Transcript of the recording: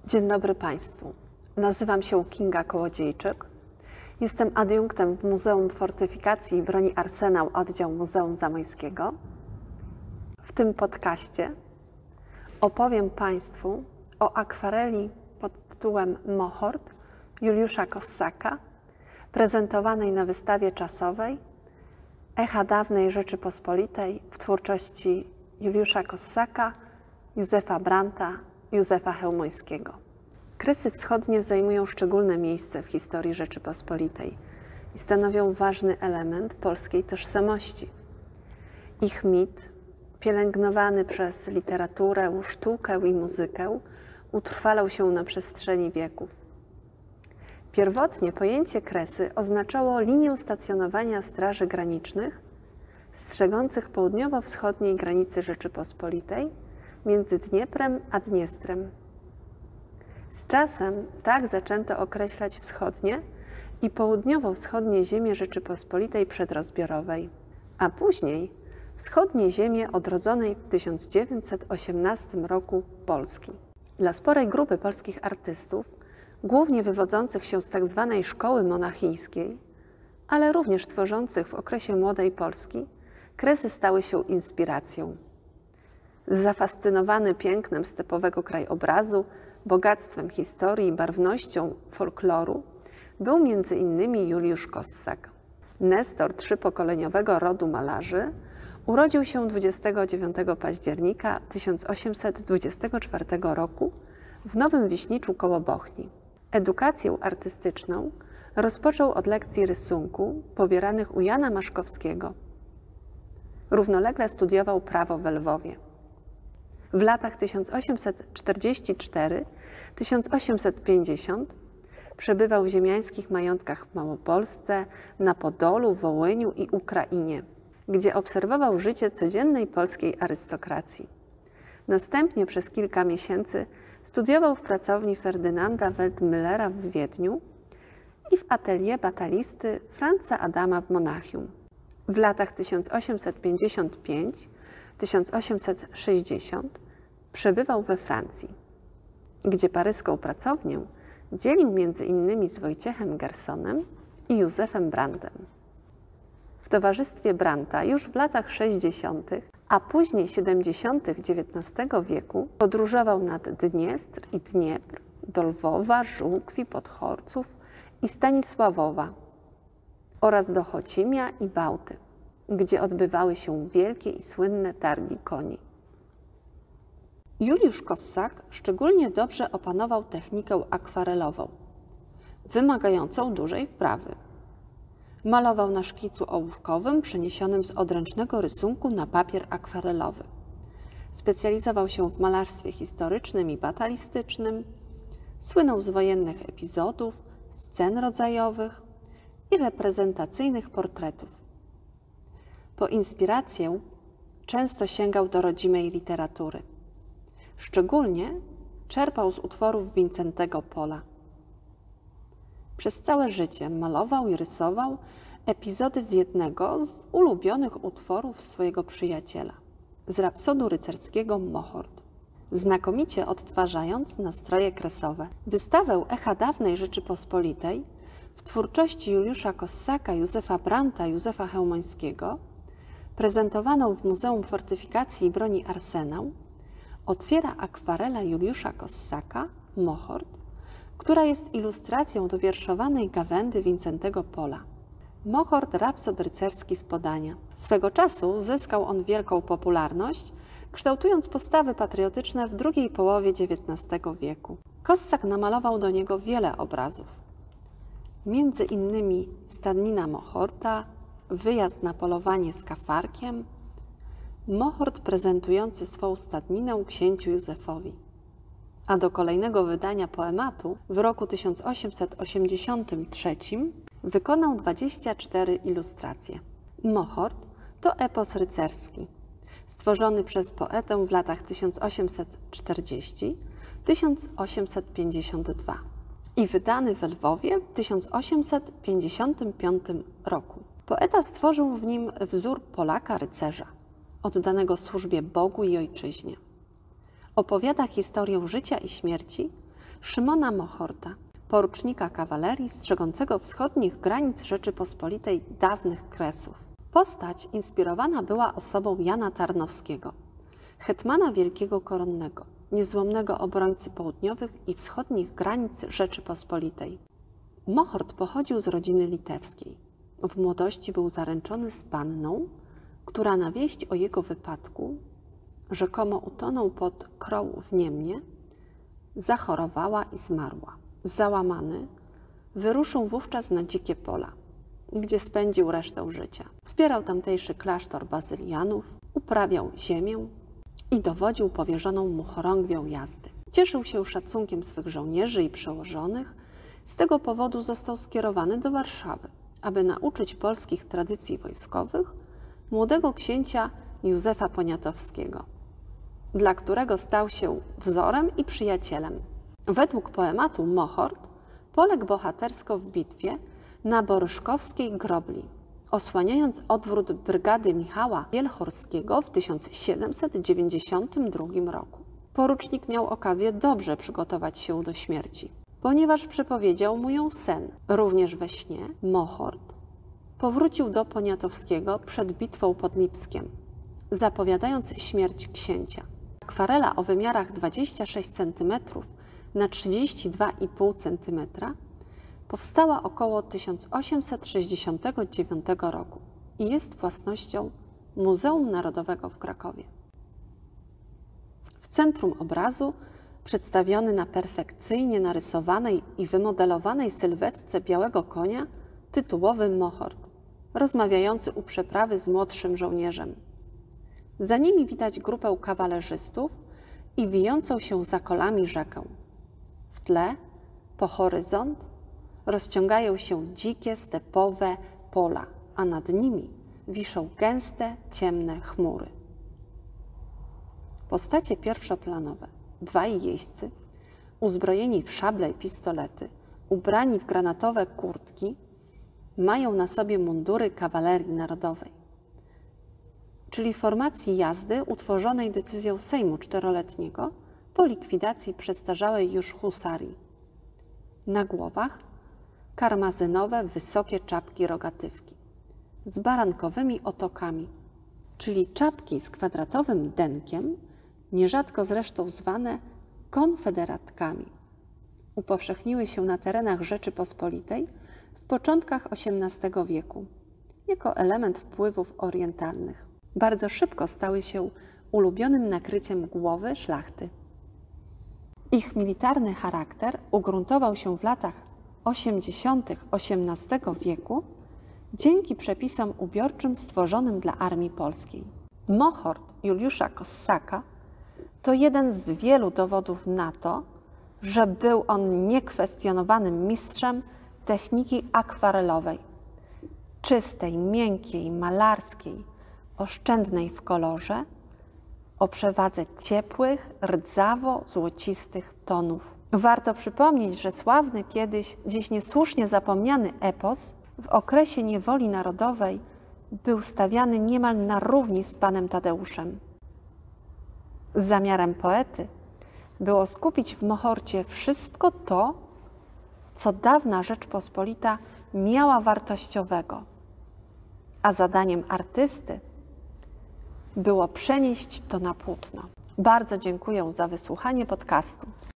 Dzień dobry Państwu. Nazywam się Kinga Kołodziejczyk. Jestem adiunktem w Muzeum Fortyfikacji i Broni Arsenał, oddział Muzeum Zamojskiego. W tym podcaście opowiem Państwu o akwareli pod tytułem Mohort Juliusza Kossaka, prezentowanej na wystawie czasowej Echa dawnej Rzeczypospolitej w twórczości Juliusza Kossaka, Józefa Brandta, Józefa Chełmońskiego. Kresy wschodnie zajmują szczególne miejsce w historii Rzeczypospolitej i stanowią ważny element polskiej tożsamości. Ich mit, pielęgnowany przez literaturę, sztukę i muzykę, utrwalał się na przestrzeni wieków. Pierwotnie pojęcie Kresy oznaczało linię stacjonowania straży granicznych strzegących południowo-wschodniej granicy Rzeczypospolitej między Dnieprem a Dniestrem. Z czasem tak zaczęto określać wschodnie i południowo-wschodnie ziemie Rzeczypospolitej przedrozbiorowej, a później wschodnie ziemie odrodzonej w 1918 roku Polski. Dla sporej grupy polskich artystów, głównie wywodzących się z tzw. szkoły monachijskiej, ale również tworzących w okresie Młodej Polski, Kresy stały się inspiracją. Zafascynowany pięknem stepowego krajobrazu, bogactwem historii i barwnością folkloru był m.in. Juliusz Kossak. Nestor trzypokoleniowego rodu malarzy urodził się 29 października 1824 roku w Nowym Wiśniczu koło Bochni. Edukację artystyczną rozpoczął od lekcji rysunku pobieranych u Jana Maszkowskiego. Równolegle studiował prawo w Lwowie. W latach 1844-1850 przebywał w ziemiańskich majątkach w Małopolsce, na Podolu, Wołyniu i Ukrainie, gdzie obserwował życie codziennej polskiej arystokracji. Następnie przez kilka miesięcy studiował w pracowni Ferdynanda Weltmüllera w Wiedniu i w atelier batalisty Franza Adama w Monachium. W latach 1855-1860 przebywał we Francji, gdzie paryską pracownię dzielił m.in. z Wojciechem Gersonem i Józefem Brandtem. W towarzystwie Brandta już w latach 60., a później 70. XIX wieku podróżował nad Dniestr i Dniepr do Lwowa, Żółkwi, Podhorców i Stanisławowa oraz do Chocimia i Bałty, gdzie odbywały się wielkie i słynne targi koni. Juliusz Kossak szczególnie dobrze opanował technikę akwarelową, wymagającą dużej wprawy. Malował na szkicu ołówkowym przeniesionym z odręcznego rysunku na papier akwarelowy. Specjalizował się w malarstwie historycznym i batalistycznym, słynął z wojennych epizodów, scen rodzajowych i reprezentacyjnych portretów. Po inspirację często sięgał do rodzimej literatury. Szczególnie czerpał z utworów Wincentego Pola. Przez całe życie malował i rysował epizody z jednego z ulubionych utworów swojego przyjaciela, z rapsodu rycerskiego Mohort, znakomicie odtwarzając nastroje kresowe. Wystawę Echa dawnej Rzeczypospolitej w twórczości Juliusza Kossaka, Józefa Brandta, Józefa Chełmońskiego, prezentowaną w Muzeum Fortyfikacji i Broni Arsenał, otwiera akwarela Juliusza Kossaka, Mohort, która jest ilustracją do wierszowanej gawędy Wincentego Pola. Mohort rapsod rycerski z podania. Swego czasu zyskał on wielką popularność, kształtując postawy patriotyczne w drugiej połowie XIX wieku. Kossak namalował do niego wiele obrazów. Między innymi Stadnina Mohorta, Wyjazd na polowanie z kafarkiem, Mohort prezentujący swą stadninę księciu Józefowi. A do kolejnego wydania poematu w roku 1883 wykonał 24 ilustracje. Mohort to epos rycerski, stworzony przez poetę w latach 1840-1852 i wydany w Lwowie w 1855 roku. Poeta stworzył w nim wzór Polaka rycerza, oddanego służbie Bogu i ojczyźnie. Opowiada historię życia i śmierci Szymona Mochorta, porucznika kawalerii strzegącego wschodnich granic Rzeczypospolitej dawnych Kresów. Postać inspirowana była osobą Jana Tarnowskiego, hetmana wielkiego koronnego, niezłomnego obrońcy południowych i wschodnich granic Rzeczypospolitej. Mochort pochodził z rodziny litewskiej. W młodości był zaręczony z panną, która na wieść o jego wypadku, rzekomo utonął pod Kroł w Niemnie, zachorowała i zmarła. Załamany, wyruszył wówczas na dzikie pola, gdzie spędził resztę życia. Wspierał tamtejszy klasztor bazylianów, uprawiał ziemię i dowodził powierzoną mu chorągwią jazdy. Cieszył się szacunkiem swych żołnierzy i przełożonych. Z tego powodu został skierowany do Warszawy, aby nauczyć polskich tradycji wojskowych młodego księcia Józefa Poniatowskiego, dla którego stał się wzorem i przyjacielem. Według poematu Mochort poległ bohatersko w bitwie na Boryszkowskiej Grobli, osłaniając odwrót brygady Michała Wielchorskiego w 1792 roku. Porucznik miał okazję dobrze przygotować się do śmierci, ponieważ przepowiedział mu ją sen. Również we śnie Mochort powrócił do Poniatowskiego przed bitwą pod Lipskiem, zapowiadając śmierć księcia. Akwarela o wymiarach 26 cm na 32,5 cm powstała około 1869 roku i jest własnością Muzeum Narodowego w Krakowie. W centrum obrazu, przedstawiony na perfekcyjnie narysowanej i wymodelowanej sylwetce białego konia, tytułowy Mochort, rozmawiający u przeprawy z młodszym żołnierzem. Za nimi widać grupę kawalerzystów i wijącą się za kolami rzekę. W tle, po horyzont, rozciągają się dzikie, stepowe pola, a nad nimi wiszą gęste, ciemne chmury. Postacie pierwszoplanowe, dwaj jeźdźcy, uzbrojeni w szable i pistolety, ubrani w granatowe kurtki, mają na sobie mundury kawalerii narodowej, czyli formacji jazdy utworzonej decyzją Sejmu Czteroletniego po likwidacji przestarzałej już husarii. Na głowach karmazynowe, wysokie czapki rogatywki z barankowymi otokami, czyli czapki z kwadratowym denkiem, nierzadko zresztą zwane konfederatkami. Upowszechniły się na terenach Rzeczypospolitej w początkach XVIII wieku jako element wpływów orientalnych. Bardzo szybko stały się ulubionym nakryciem głowy szlachty. Ich militarny charakter ugruntował się w latach 80. XVIII wieku dzięki przepisom ubiorczym stworzonym dla armii polskiej. Mochort Juliusza Kossaka to jeden z wielu dowodów na to, że był on niekwestionowanym mistrzem techniki akwarelowej, czystej, miękkiej, malarskiej, oszczędnej w kolorze, o przewadze ciepłych, rdzawo-złocistych tonów. Warto przypomnieć, że sławny kiedyś, dziś niesłusznie zapomniany epos w okresie niewoli narodowej był stawiany niemal na równi z panem Tadeuszem. Zamiarem poety było skupić w Mochorcie wszystko to, co dawna Rzeczpospolita miała wartościowego, a zadaniem artysty było przenieść to na płótno. Bardzo dziękuję za wysłuchanie podcastu.